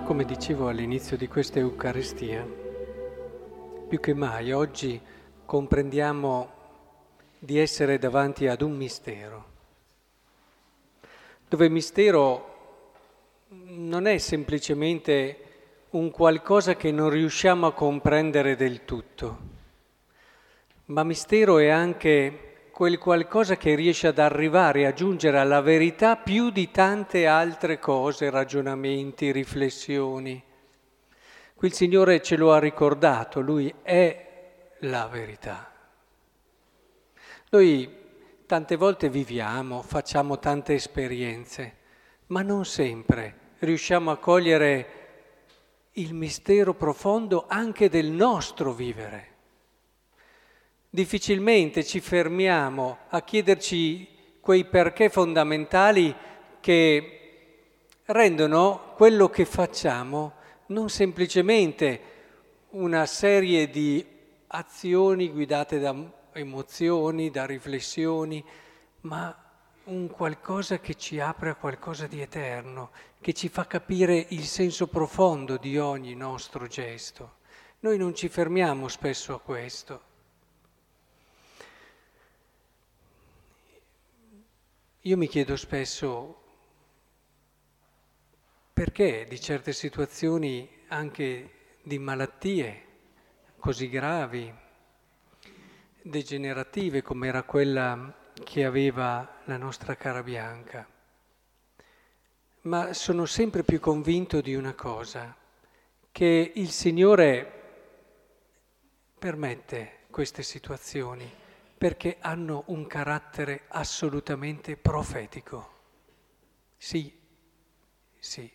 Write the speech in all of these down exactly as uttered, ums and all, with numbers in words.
Come dicevo all'inizio di questa Eucaristia, più che mai oggi comprendiamo di essere davanti ad un mistero, dove mistero non è semplicemente un qualcosa che non riusciamo a comprendere del tutto, ma mistero è anche quel qualcosa che riesce ad arrivare a giungere alla verità più di tante altre cose, ragionamenti, riflessioni. Qui il Signore ce lo ha ricordato, Lui è la verità. Noi tante volte viviamo, facciamo tante esperienze, ma non sempre riusciamo a cogliere il mistero profondo anche del nostro vivere. Difficilmente ci fermiamo a chiederci quei perché fondamentali che rendono quello che facciamo non semplicemente una serie di azioni guidate da emozioni, da riflessioni, ma un qualcosa che ci apre a qualcosa di eterno, che ci fa capire il senso profondo di ogni nostro gesto. Noi non ci fermiamo spesso a questo. Io mi chiedo spesso perché di certe situazioni, anche di malattie così gravi, degenerative come era quella che aveva la nostra cara Bianca, ma sono sempre più convinto di una cosa, che il Signore permette queste situazioni perché hanno un carattere assolutamente profetico. Sì, sì.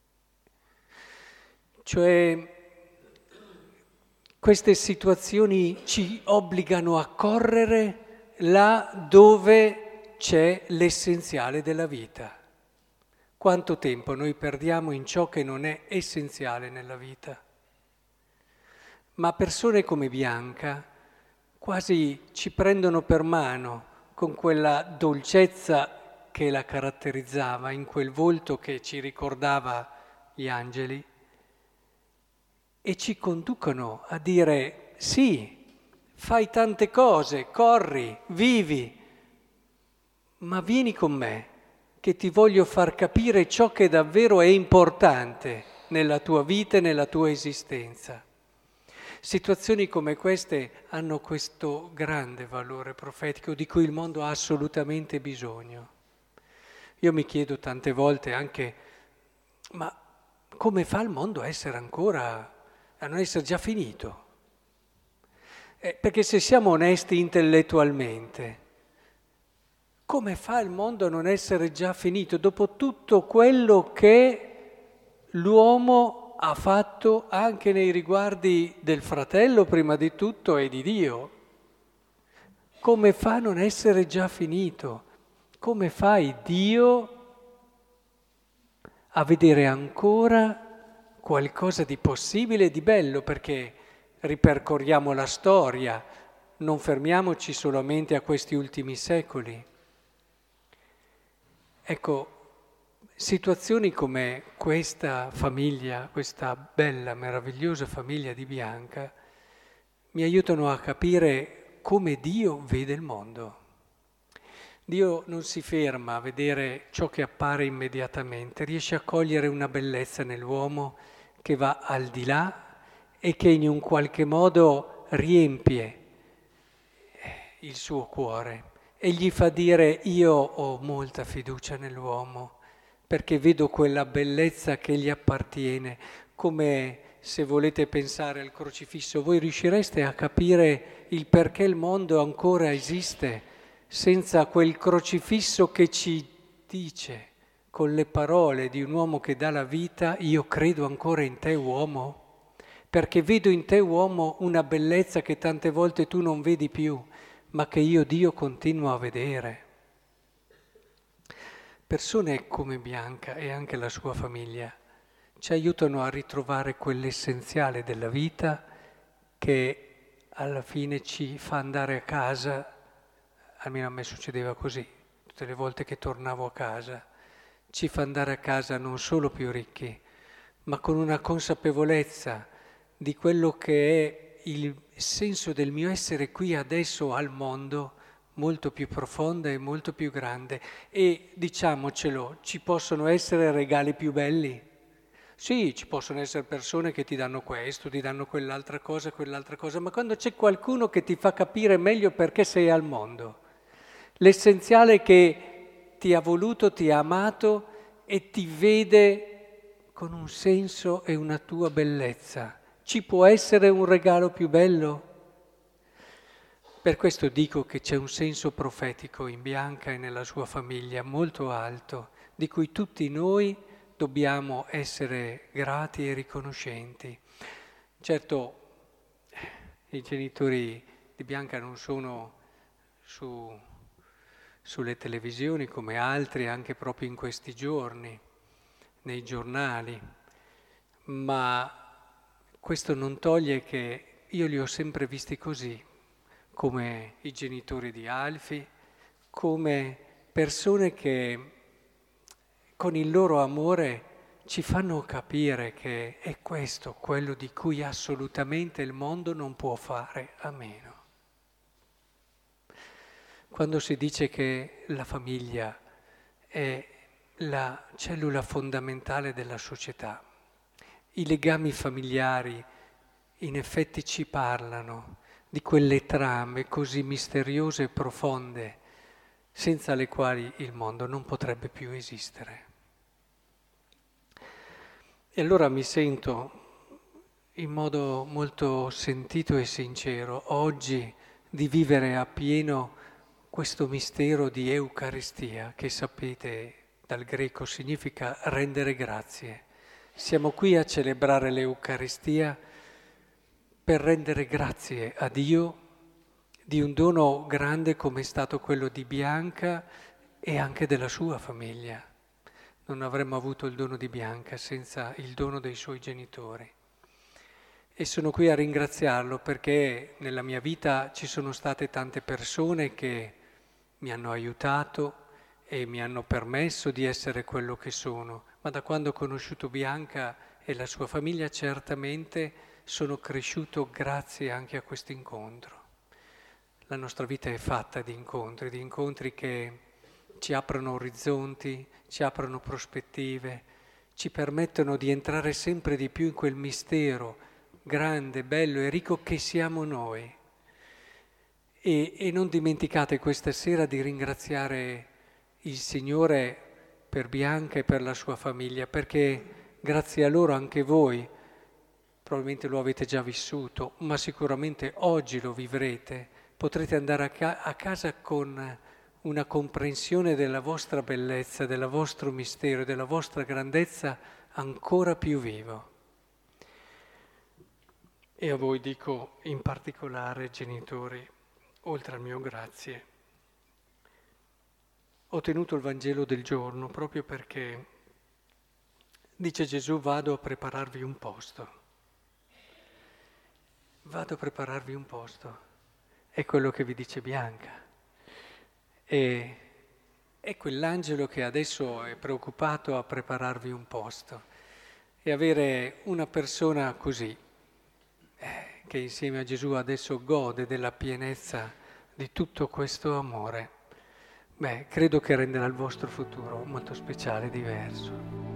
Cioè, queste situazioni ci obbligano a correre là dove c'è l'essenziale della vita. Quanto tempo noi perdiamo in ciò che non è essenziale nella vita? Ma persone come Bianca quasi ci prendono per mano con quella dolcezza che la caratterizzava, in quel volto che ci ricordava gli angeli, e ci conducono a dire sì, fai tante cose, corri, vivi, ma vieni con me, che ti voglio far capire ciò che davvero è importante nella tua vita e nella tua esistenza. Situazioni come queste hanno questo grande valore profetico di cui il mondo ha assolutamente bisogno. Io mi chiedo tante volte anche, ma come fa il mondo a essere ancora, a non essere già finito? Eh, perché se siamo onesti intellettualmente, come fa il mondo a non essere già finito dopo tutto quello che l'uomo ha fatto anche nei riguardi del fratello prima di tutto e di Dio? Come fa a non essere già finito? Come fai Dio a vedere ancora qualcosa di possibile e di bello? Perché ripercorriamo la storia, non fermiamoci solamente a questi ultimi secoli. Ecco, situazioni come questa famiglia, questa bella, meravigliosa famiglia di Bianca, mi aiutano a capire come Dio vede il mondo. Dio non si ferma a vedere ciò che appare immediatamente, riesce a cogliere una bellezza nell'uomo che va al di là e che in un qualche modo riempie il suo cuore e gli fa dire: io ho molta fiducia nell'uomo, perché vedo quella bellezza che gli appartiene. Come se volete pensare al crocifisso, voi riuscireste a capire il perché il mondo ancora esiste senza quel crocifisso che ci dice con le parole di un uomo che dà la vita: io credo ancora in te uomo, perché vedo in te uomo una bellezza che tante volte tu non vedi più, ma che io Dio continuo a vedere. Persone come Bianca e anche la sua famiglia ci aiutano a ritrovare quell'essenziale della vita che alla fine ci fa andare a casa, almeno a me succedeva così, tutte le volte che tornavo a casa, ci fa andare a casa non solo più ricchi, ma con una consapevolezza di quello che è il senso del mio essere qui adesso al mondo, molto più profonda e molto più grande. E diciamocelo, ci possono essere regali più belli? Sì, ci possono essere persone che ti danno questo, ti danno quell'altra cosa, quell'altra cosa, ma quando c'è qualcuno che ti fa capire meglio perché sei al mondo, l'essenziale è che ti ha voluto, ti ha amato e ti vede con un senso e una tua bellezza. Ci può essere un regalo più bello? Per questo dico che c'è un senso profetico in Bianca e nella sua famiglia molto alto, di cui tutti noi dobbiamo essere grati e riconoscenti. Certo, i genitori di Bianca non sono su, sulle televisioni come altri, anche proprio in questi giorni, nei giornali, ma questo non toglie che io li ho sempre visti così, come i genitori di Alfi, come persone che con il loro amore ci fanno capire che è questo quello di cui assolutamente il mondo non può fare a meno. Quando si dice che la famiglia è la cellula fondamentale della società, i legami familiari in effetti ci parlano di quelle trame così misteriose e profonde, senza le quali il mondo non potrebbe più esistere. E allora mi sento in modo molto sentito e sincero oggi di vivere appieno questo mistero di Eucaristia, che sapete dal greco significa rendere grazie. Siamo qui a celebrare l'Eucaristia per rendere grazie a Dio di un dono grande come è stato quello di Bianca e anche della sua famiglia. Non avremmo avuto il dono di Bianca senza il dono dei suoi genitori. E sono qui a ringraziarlo perché nella mia vita ci sono state tante persone che mi hanno aiutato e mi hanno permesso di essere quello che sono, ma da quando ho conosciuto Bianca e la sua famiglia certamente sono cresciuto grazie anche a questo incontro. La nostra vita è fatta di incontri, di incontri che ci aprono orizzonti, ci aprono prospettive, ci permettono di entrare sempre di più in quel mistero grande, bello e ricco che siamo noi. E, e non dimenticate questa sera di ringraziare il Signore per Bianca e per la sua famiglia, perché grazie a loro anche voi, probabilmente lo avete già vissuto, ma sicuramente oggi lo vivrete, potrete andare a, ca- a casa con una comprensione della vostra bellezza, del vostro mistero, della vostra grandezza ancora più vivo. E a voi dico in particolare, genitori, oltre al mio grazie, ho tenuto il Vangelo del giorno proprio perché dice Gesù: vado a prepararvi un posto. Vado a prepararvi un posto. È quello che vi dice Bianca. E è quell'angelo che adesso è preoccupato a prepararvi un posto. E avere una persona così, eh, che insieme a Gesù adesso gode della pienezza di tutto questo amore, beh, credo che renderà il vostro futuro molto speciale e diverso.